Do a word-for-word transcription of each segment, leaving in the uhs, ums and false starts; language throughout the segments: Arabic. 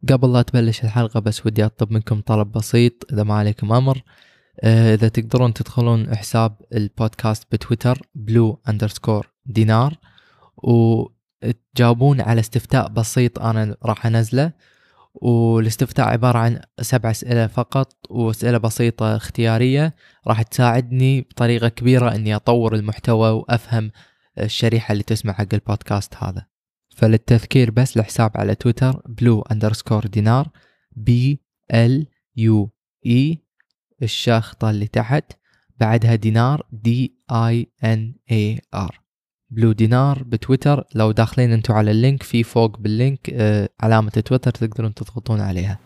قبل لا تبلش الحلقة بس ودي أطلب منكم طلب بسيط إذا ما عليكم أمر. آه، إذا تقدرون تدخلون حساب البودكاست بتويتر بلو أندرسكور دينار وتجاوبون على استفتاء بسيط أنا راح أنزله، والاستفتاء عبارة عن سبع أسئلة فقط وأسئلة بسيطة اختيارية راح تساعدني بطريقة كبيرة أني أطور المحتوى وأفهم الشريحة اللي تسمع حق البودكاست هذا. فللتذكير بس الحساب على تويتر بلو أندرسكور دينار بي ال يو اي الشاخطة اللي تحت بعدها دينار دي اي ان اي ار بلو دينار بتويتر. لو داخلين انتو على اللينك في فوق باللينك آه علامة تويتر تقدرون تضغطون عليها.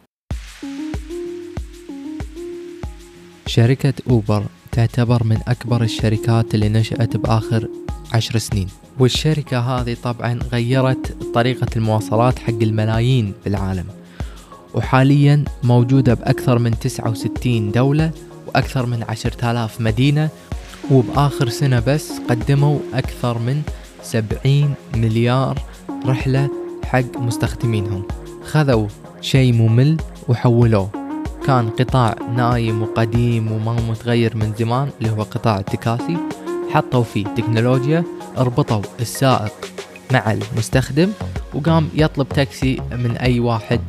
شركة أوبر تعتبر من أكبر الشركات اللي نشأت بآخر عشر سنين، والشركة هذه طبعا غيرت طريقة المواصلات حق الملايين بالعالم، وحاليا موجودة بأكثر من تسعة وستين دولة وأكثر من عشرة آلاف مدينة، وبآخر سنة بس قدموا أكثر من سبعين مليار رحلة حق مستخدمينهم. خذوا شيء ممل وحولوه، كان قطاع نايم وقديم وما متغير من زمان اللي هو قطاع التكاسي، حطوا فيه تكنولوجيا، اربطوا السائق مع المستخدم وقام يطلب تاكسي من أي واحد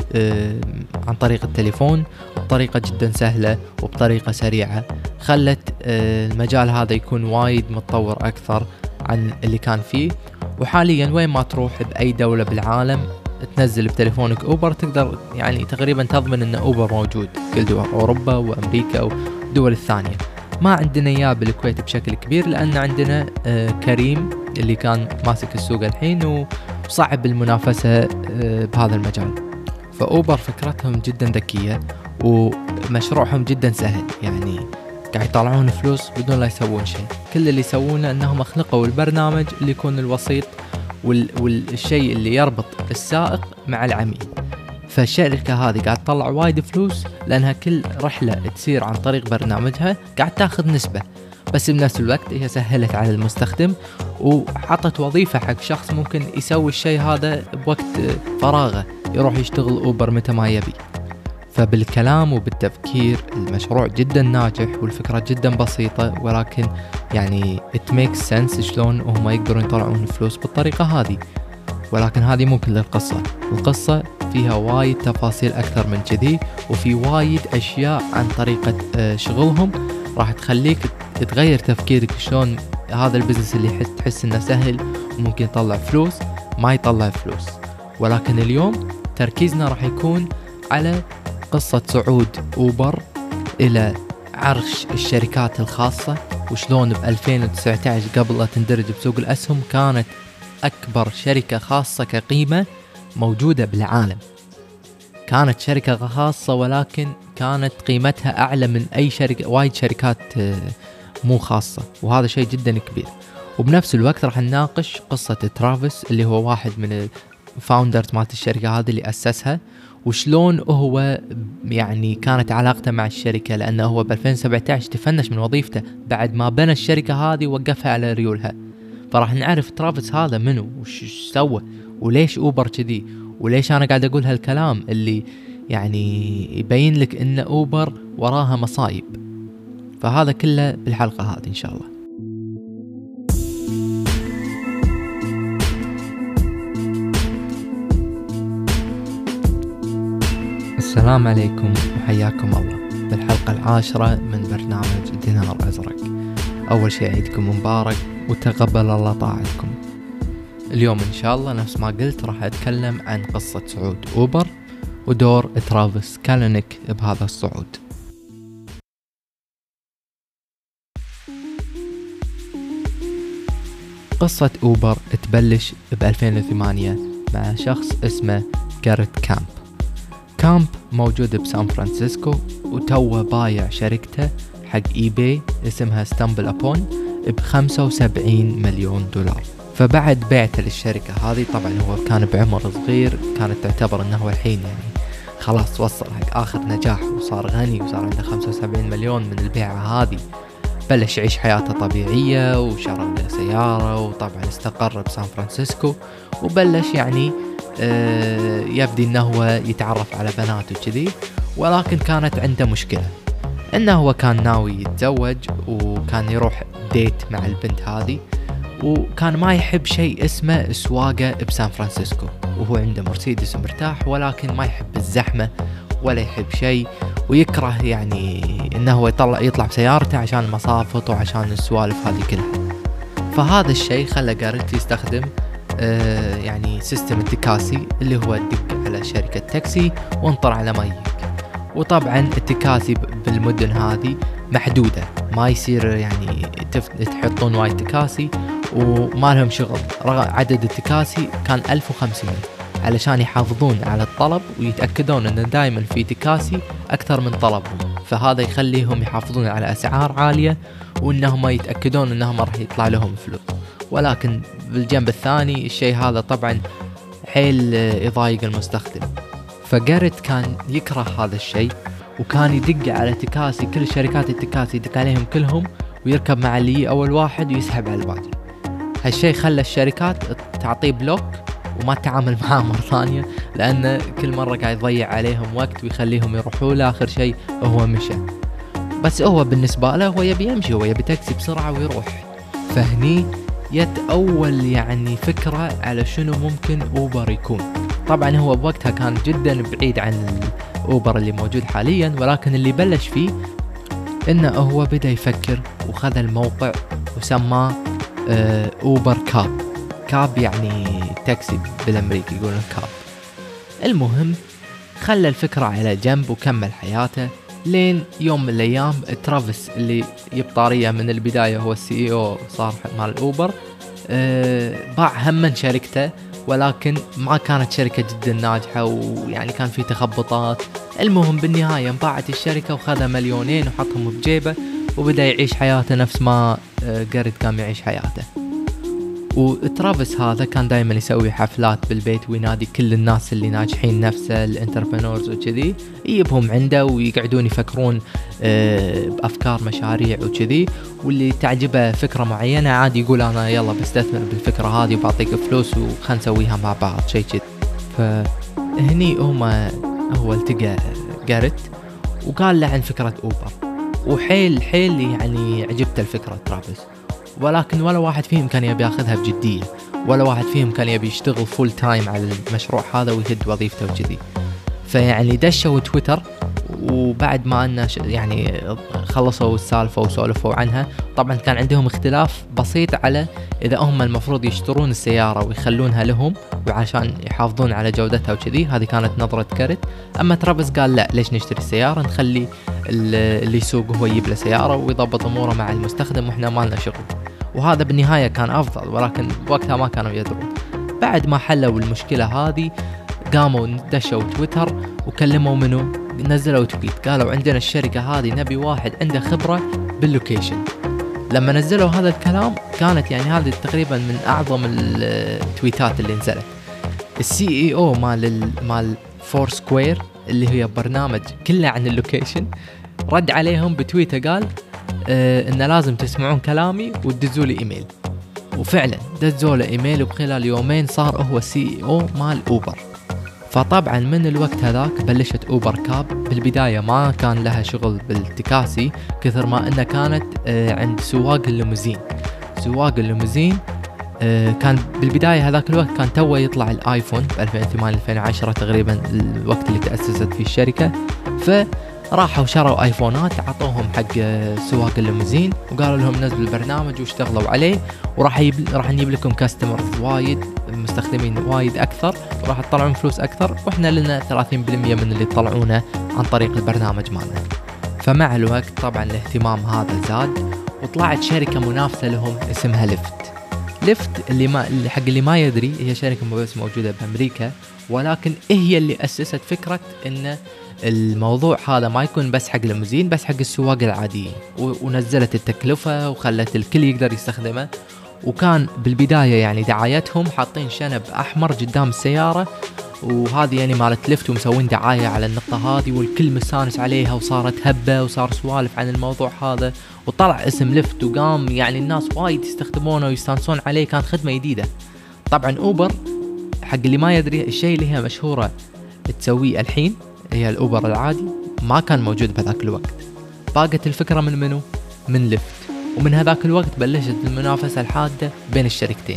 عن طريق التليفون بطريقة جدا سهلة وبطريقة سريعة، خلت المجال هذا يكون وايد متطور أكثر عن اللي كان فيه. وحاليا وين ما تروح بأي دولة بالعالم تنزل بتليفونك أوبر، تقدر يعني تقريبا تضمن أن أوبر موجود كل دول أوروبا وأمريكا والدول الثانية. ما عندنا إياه بالكويت بشكل كبير لأن عندنا كريم اللي كان ماسك السوق الحين وصعب المنافسة بهذا المجال. فأوبر فكرتهم جدا ذكية ومشروعهم جدا سهل، يعني قاعد يطلعون فلوس بدون لا يسوون شيء، كل اللي يسوونه أنهم أخلقوا البرنامج اللي يكون الوسيط وال... والشيء اللي يربط السائق مع العميل. فالشركة هذه قاعد تطلع وايد فلوس لأنها كل رحلة تصير عن طريق برنامجها قاعد تاخذ نسبة، بس بنفس الوقت هي سهلت على المستخدم وحطت وظيفة حق شخص ممكن يسوي الشيء هذا بوقت فراغه، يروح يشتغل أوبر متى ما يبي. فبالكلام وبالتفكير المشروع جدا ناجح والفكرة جدا بسيطة، ولكن يعني it makes sense شلون هم يقدرون يطلعون فلوس بالطريقة هذه. ولكن هذه مو كل القصة، القصة فيها وايد تفاصيل أكثر من كذي، وفي وايد أشياء عن طريقة شغلهم راح تخليك تغير تفكيرك شلون هذا البزنس اللي تحس إنه سهل وممكن يطلع فلوس ما يطلع فلوس. ولكن اليوم تركيزنا راح يكون على قصة صعود أوبر إلى عرش الشركات الخاصة، وشلون ب ألفين وتسعة عشر قبل لا تندرج بسوق الأسهم كانت أكبر شركة خاصة كقيمة موجودة بالعالم. كانت شركة خاصة ولكن كانت قيمتها أعلى من أي شركة، وايد شركات مو خاصة، وهذا شيء جدا كبير. وبنفس الوقت راح نناقش قصة ترافيس اللي هو واحد من الفاوندرز مالت الشركة هذه اللي أسسها، وشلون هو يعني كانت علاقته مع الشركة، لأنه هو ب ألفين وسبعة عشر تفنش من وظيفته بعد ما بنى الشركة هذه ووقفها على ريولها. فراح نعرف ترافيس هذا منو وش سوى وليش أوبر كذي، وليش أنا قاعد أقول هالكلام اللي يعني يبين لك إن أوبر وراها مصايب. فهذا كله بالحلقة هذه إن شاء الله. السلام عليكم وحياكم الله بالحلقة العاشرة من برنامج دينار أزرق. أول شيء عيدكم مبارك وتقبل الله طاعتكم. اليوم إن شاء الله نفس ما قلت راح أتكلم عن قصة صعود أوبر ودور ترافيس كالانيك بهذا الصعود. قصة أوبر تبلش ب ألفين وثمانية مع شخص اسمه جاريت كامب. كامب موجود بسان فرانسيسكو وتوه بايع شركته حق اي باي اسمها ستامبل أبون بخمسة وسبعين مليون دولار. فبعد بيعته للشركة هذه طبعا هو كان بعمر صغير، كانت تعتبر انه الحين يعني خلاص وصل حق آخر نجاح وصار غني وصار عنده خمسة وسبعين مليون من البيعة هذه. بلش يعيش حياته طبيعية وشرى له سيارة وطبعا استقر بسان فرانسيسكو وبلش يعني آه يبدي انه هو يتعرف على بنات وكذي، ولكن كانت عنده مشكلة انه هو كان ناوي يتزوج وكان يروح ديت مع البنت هذه، وكان ما يحب شيء اسمه سواقة بسان فرانسيسكو، وهو عنده مرسيدس مرتاح، ولكن ما يحب الزحمة ولا يحب شيء، ويكره يعني انه هو يطلع يطلع بسيارته عشان المصافط وعشان السوالف هذه كلها. فهذا الشيء خلى جاريت يستخدم آه يعني سيستم التكاسي، اللي هو تدق على شركة تاكسي وانطر على ما يجيك. وطبعا التكاسي بالمدن هذه محدودة، ما يصير يعني تحطون وايد تكاسي وما لهم شغل. عدد التكاسي كان ألف وخمسمية، علشان يحافظون على الطلب ويتأكدون ان دائما في تكاسي اكثر من طلبهم، فهذا يخليهم يحافظون على اسعار عالية، وانهم يتأكدون انهم راح يطلع لهم فلوس. ولكن بالجنب الثاني الشيء هذا طبعا حيل يضايق المستخدم، فجاريت كان يكره هذا الشيء، وكان يدق على تكاسي، كل شركات التكاسي يدق عليهم كلهم ويركب مع اللي اول واحد ويسحب على الباقي. هالشيء خلى الشركات تعطيه بلوك وما تتعامل معاه مرة ثانية، لأنه كل مرة قاعد يضيع عليهم وقت ويخليهم يروحوا له. آخر شيء هو مشى، بس هو بالنسبة له هو يبي يمشي، هو يبي تاكسي بسرعة ويروح. فهني يت أول يعني فكرة على شنو ممكن أوبر يكون. طبعا هو بوقتها كان جدا بعيد عن أوبر اللي موجود حاليا، ولكن اللي بلش فيه إنه هو بدأ يفكر وخذ الموقع وسماه آه أوبر كاب. كاب يعني تاكسي بالأمريكي يقولون كاب. المهم خلى الفكرة على جنب وكمل حياته، لين يوم من الأيام ترافيس اللي يبطارية من البداية هو السي اي او صار مال أوبر، آه باع هم من شركته، ولكن ما كانت شركة جدا ناجحة ويعني كان في تخبطات. المهم بالنهاية انباعت الشركة وخذ مليونين وحطهم بجيبه وبدأ يعيش حياته نفس ما آه جاريت قام يعيش حياته. وترافيس هذا كان دايما يسوي حفلات بالبيت وينادي كل الناس اللي ناجحين نفسه، الانتربرنورز وكذي، يجيبهم عنده ويقعدون يفكرون بأفكار مشاريع وكذي، واللي تعجبه فكرة معينة عادي يقول أنا يلا بستثمر بالفكرة هذه وبعطيك فلوس وخلنا نسويها مع بعض شيء كذي. فهني هما هو التقى جاريت وقال له عن فكرة أوبر، وحيل حيل يعني عجبت الفكرة ترافيس، ولكن ولا واحد فيهم كان يبي ياخذها بجدية، ولا واحد فيهم كان يبي يشتغل فول تايم على المشروع هذا ويهد وظيفته وكذي. فيعني دشوا تويتر، وبعد ما أن يعني خلصوا السالفة وسولفوا عنها، طبعا كان عندهم اختلاف بسيط على إذا هم المفروض يشترون السيارة ويخلونها لهم وعشان يحافظون على جودتها وكذي. هذه كانت نظرة جاريت. أما ترافيس قال لا، ليش نشتري السيارة، نخلي اللي يسوق هو يجيب له سيارة ويضبط أموره مع المستخدم وإحنا ما لنا شغل. وهذا بالنهاية كان أفضل، ولكن وقتها ما كانوا يدرون. بعد ما حلوا المشكلة هذه قاموا دشوا تويتر وكلموا منه، نزلوا تويت قالوا عندنا الشركة هذه نبي واحد عنده خبرة باللوكيشن. لما نزلوا هذا الكلام كانت يعني هذه تقريبا من أعظم التويتات اللي نزلت. السي اي او مال مال فور سكوير اللي هي برنامج كله عن اللوكيشن رد عليهم بتويته قال آه إن لازم تسمعون كلامي وتدزوا لي إيميل. وفعلا دزوا له إيميل، وخلال يومين صار هو سي اي او مال أوبر. فطبعا من الوقت هذاك بلشت أوبر كاب. بالبداية ما كان لها شغل بالتكاسي كثر ما إنها كانت آه عند سواق الليموزين. سواق الليموزين آه كان بالبداية هذاك الوقت كان توه يطلع الآيفون ب ألفين وثمانية ألفين وعشرة تقريبا، الوقت اللي تأسست فيه الشركة. فراحوا شروا آيفونات عطوهم حق سواق الليموزين وقالوا لهم نزلوا البرنامج واشتغلوا عليه، وراح يب... راح نجيب لكم كاستمرز وايد، مستخدمين وايد أكثر، وراح تطلعون فلوس أكثر، وإحنا لنا ثلاثين بالمئة من اللي يطلعونه عن طريق البرنامج مالنا. فمع الوقت طبعا الاهتمام هذا زاد، وطلعت شركة منافسة لهم اسمها ليفت. ليفت اللي ما اللي حق اللي ما يدري هي شركة بس موجودة بأمريكا، ولكن هي اللي أسست فكرة إن الموضوع هذا ما يكون بس حق الليموزين، بس حق السواق العاديين، ونزلت التكلفة وخلت الكل يقدر يستخدمه. وكان بالبداية يعني دعايتهم حاطين شنب أحمر قدام السيارة، وهذه يعني مالت ليفت، ومسوين دعاية على النقطة هذه والكل مستانس عليها، وصارت هبة وصار سوالف عن الموضوع هذا، وطلع اسم ليفت وقام يعني الناس وايد يستخدمونه ويستانسون عليه، كانت خدمة جديدة. طبعا أوبر حق اللي ما يدري، الشيء اللي هي مشهورة تسويه الحين هي الأوبر العادي ما كان موجود بهذاك الوقت. باقت الفكرة من منو؟ من ليفت. ومن هذاك الوقت بلشت المنافسة الحادة بين الشركتين،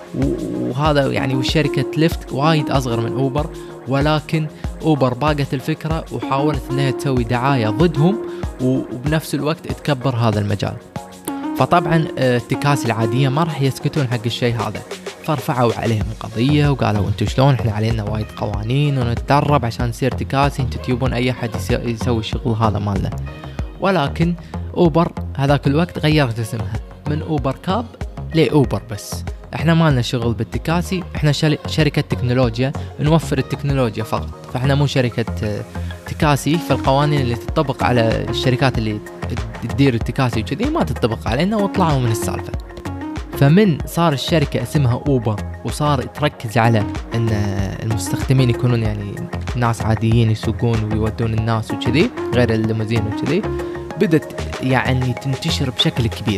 وهذا يعني والشركة ليفت وايد أصغر من أوبر، ولكن أوبر باقت الفكرة وحاولت أنها تسوي دعاية ضدهم، وبنفس الوقت تكبر هذا المجال. فطبعا التكاسي العادية ما راح يسكتون حق الشيء هذا، فرفعوا عليهم قضية وقالوا انتو شلون احنا علينا وايد قوانين ونتدرب عشان نصير تكاسي، انتو تجيبون اي حد يسوي الشغل هذا مالنا. ولكن أوبر هذاك الوقت غيرت اسمها من أوبر كاب لأوبر بس. احنا ما لنا شغل بالتكاسي، احنا شركة تكنولوجيا نوفر التكنولوجيا فقط، فاحنا مو شركة تكاسي. فالقوانين اللي تطبق على الشركات اللي تدير التكاسي وكذي ما تطبق علينا، وطلعوا من السالفة. فمن صار الشركة اسمها أوبر وصار تركز على ان المستخدمين يكونون يعني ناس عاديين يسوقون ويودون الناس وكذي غير الليموزين وكذي، بدت يعني تنتشر بشكل كبير.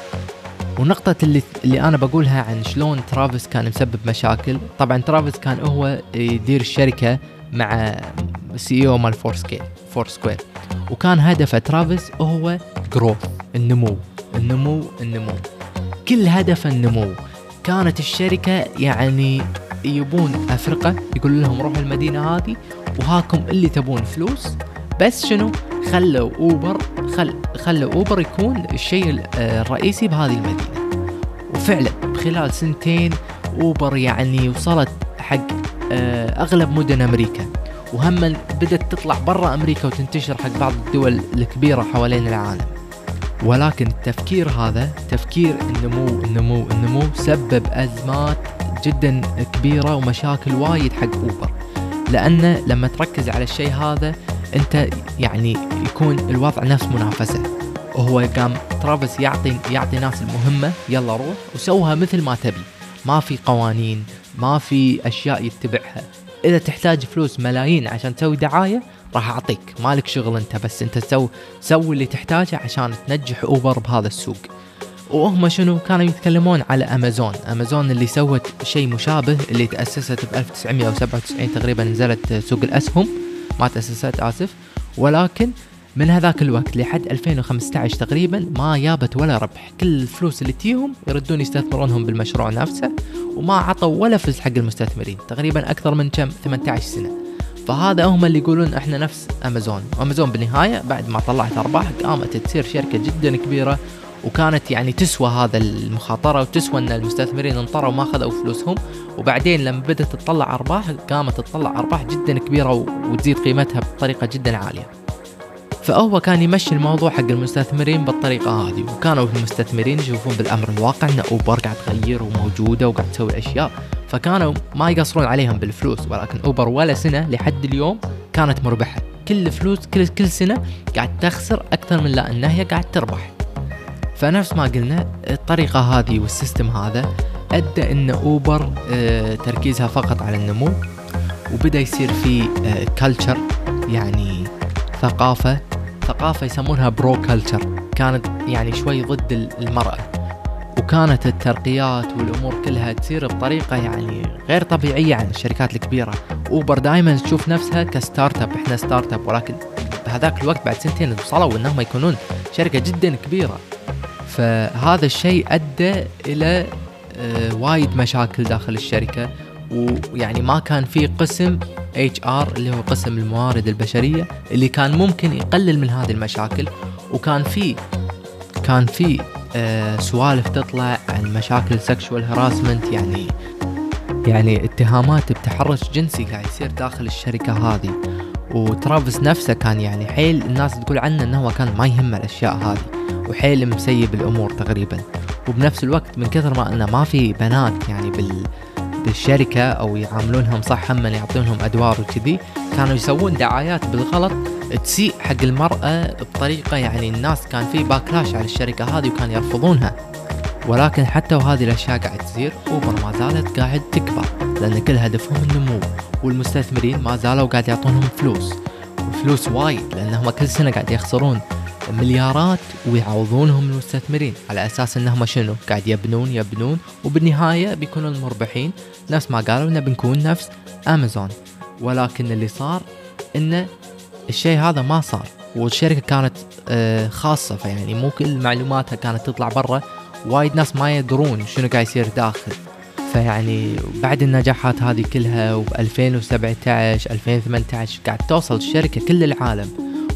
ونقطة اللي, اللي أنا بقولها عن شلون ترافيس كان مسبب مشاكل. طبعا ترافيس كان هو يدير الشركة مع سي او مال فورسكوير فورسكوير وكان هدف ترافيس هو جروث، النمو النمو النمو كل هدف النمو. كانت الشركة يعني يبون أفرقة يقول لهم روحوا المدينة هذه وهاكم اللي تبون فلوس، بس شنو خلوا أوبر خل خلوا أوبر يكون الشيء الرئيسي بهذه المدينة. وفعلا بخلال سنتين أوبر يعني وصلت حق أغلب مدن أمريكا، وهم بدأت تطلع برا أمريكا وتنتشر حق بعض الدول الكبيرة حوالين العالم. ولكن التفكير هذا تفكير النمو النمو النمو سبب أزمات جدا كبيرة ومشاكل وايد حق أوبر، لأن لما تركز على الشيء هذا أنت يعني يكون الوضع نفس منافسة. وهو قام ترافيس يعطي يعطي ناس المهمة يلا روح وسوها مثل ما تبي، ما في قوانين، ما في أشياء يتبعها. إذا تحتاج فلوس ملايين عشان تسوي دعاية راح أعطيك، مالك شغل أنت، بس أنت سو سوي اللي تحتاجه عشان تنجح أوبر بهذا السوق. وهم شنو كانوا يتكلمون على أمازون أمازون اللي سوت شيء مشابه، اللي تأسست ب ألف وتسعمية وسبعة وتسعين تقريبا، نزلت سوق الأسهم، ما تأسست آسف. ولكن من هذاك الوقت لحد ألفين وخمسة عشر تقريبا ما جابت ولا ربح، كل الفلوس اللي تيهم يردون يستثمرونهم بالمشروع نفسه، وما عطوا ولا فلوس حق المستثمرين تقريبا أكثر من كم ثمانية عشر سنة. فهذا هم اللي يقولون احنا نفس أمازون. وأمازون بالنهاية بعد ما طلعت أرباح قامت تصير شركة جدا كبيرة، وكانت يعني تسوى هذا المخاطرة، وتسوى أن المستثمرين انطروا وما خذوا فلوسهم. وبعدين لما بدأت تطلع أرباح قامت تطلع أرباح جدا كبيرة وتزيد قيمتها بطريقة جدا عالية. فهو كان يمشي الموضوع حق المستثمرين بالطريقة هذه، وكانوا المستثمرين يشوفون بالأمر الواقع أن أوبر قاعد تغير وموجودة وقاعد تسوي أشياء، فكانوا ما يقصرون عليهم بالفلوس. ولكن أوبر ولا سنة لحد اليوم كانت مربحة، كل فلوس كل كل سنة قاعد تخسر أكثر من لا أنها هي قاعد تربح. فنفس ما قلنا الطريقة هذه والسيستم هذا أدى أن أوبر اه تركيزها فقط على النمو، وبدأ يصير في اه كالتشر، يعني ثقافة ثقافة يسمونها برو كالتشر، كانت يعني شوي ضد المرأة، وكانت الترقيات والأمور كلها تصير بطريقة يعني غير طبيعية عن الشركات الكبيرة. أوبر دائما تشوف نفسها كستارت اب، احنا ستارت اب، ولكن بهذاك الوقت بعد سنتين وصلوا انهم يكونون شركة جدا كبيرة. فهذا الشيء أدى إلى آه وايد مشاكل داخل الشركة، ويعني ما كان في قسم إتش آر اللي هو قسم الموارد البشرية اللي كان ممكن يقلل من هذه المشاكل. وكان في كان في آه سوالف تطلع عن مشاكل سكشوال هراسمنت، يعني يعني اتهامات بتحرش جنسي قاعد يصير داخل الشركة هذه. وترافيس نفسه كان يعني حيل الناس تقول عنه انه هو كان ما يهم الاشياء هذه، وحيل مسيب الامور تقريبا. وبنفس الوقت من كثر ما انه ما في بنات يعني بال بالشركة او يعاملونهم صح، هم يعطونهم ادوار وكذي، كانوا يسوون دعايات بالغلط تسيء حق المرأة بطريقة يعني الناس كان في باكلاش على الشركة هذه وكان يرفضونها. ولكن حتى وهذه الاشياء قاعد تصير أوبر ما زالت قاعد تكبر، لان كل هدفهم النمو، والمستثمرين ما زالوا قاعد يعطونهم فلوس وفلوس وايد، لانهم كل سنة قاعد يخسرون مليارات ويعوضونهم المستثمرين على أساس أنهم شنو قاعد يبنون يبنون وبالنهاية بيكونوا المربحين، نفس ما قالوا إنه بنكون نفس أمازون. ولكن اللي صار إنه الشيء هذا ما صار، والشركة كانت خاصة، فيعني مو كل معلوماتها كانت تطلع برا، وايد ناس ما يدرون شنو قاعد يصير داخل. فيعني بعد النجاحات هذه كلها وب ألفين وسبعة عشر ألفين وثمانية عشر قاعد توصل الشركة كل العالم،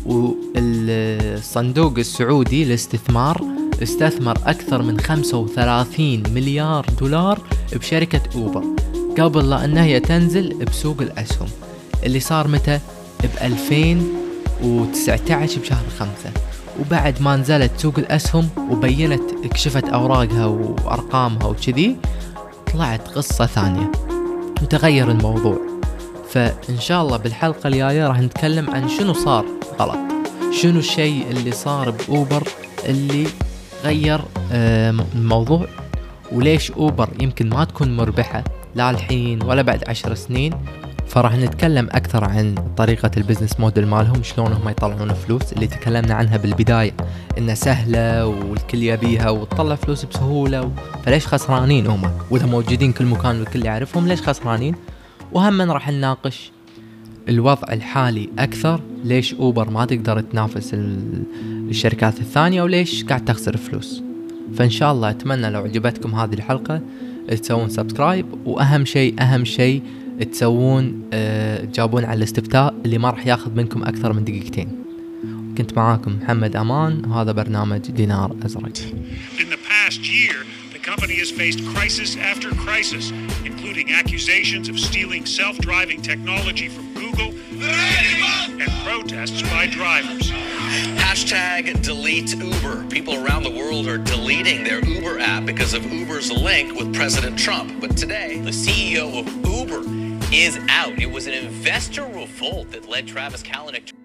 والصندوق السعودي للاستثمار استثمر أكثر من خمسة وثلاثين مليار دولار بشركة أوبر قبل لا أنها هي تنزل بسوق الأسهم، اللي صار متى؟ بألفين وتسعة عشر بشهر خمسة. وبعد ما نزلت سوق الأسهم وبينت اكشفت أوراقها وأرقامها وكذي، طلعت قصة ثانية وتغير الموضوع. فإن شاء الله بالحلقة الجاية راح نتكلم عن شنو صار غلط، شنو الشيء اللي صار بأوبر اللي غير الموضوع، وليش أوبر يمكن ما تكون مربحة لا الحين ولا بعد عشر سنين. فراح نتكلم أكثر عن طريقة البزنس موديل مالهم، شلون هم يطلعون فلوس اللي تكلمنا عنها بالبداية، إنها سهلة والكل يبيها وتطلع فلوس بسهولة و... فليش خسرانين هم وإذا موجودين كل مكان والكل يعرفهم ليش خسرانين. وهم راح نناقش الوضع الحالي أكثر، ليش أوبر ما تقدر تنافس الشركات الثانية وليش قاعد تخسر فلوس. فإن شاء الله أتمنى لو عجبتكم هذه الحلقة تسوون سبسكرايب، وأهم شيء أهم شيء تسوون آه جابون على الاستفتاء اللي ما راح ياخذ منكم أكثر من دقيقتين. كنت معاكم محمد أمان، وهذا برنامج دينار أزرق. In the past year, the company has faced crisis after crisis, including accusations of stealing self-driving technology from Google and protests by drivers. Hashtag delete Uber. People around the world are deleting their Uber app because of Uber's link with President Trump. But today, the C E O of Uber is out. It was an investor revolt that led Travis Kalanick to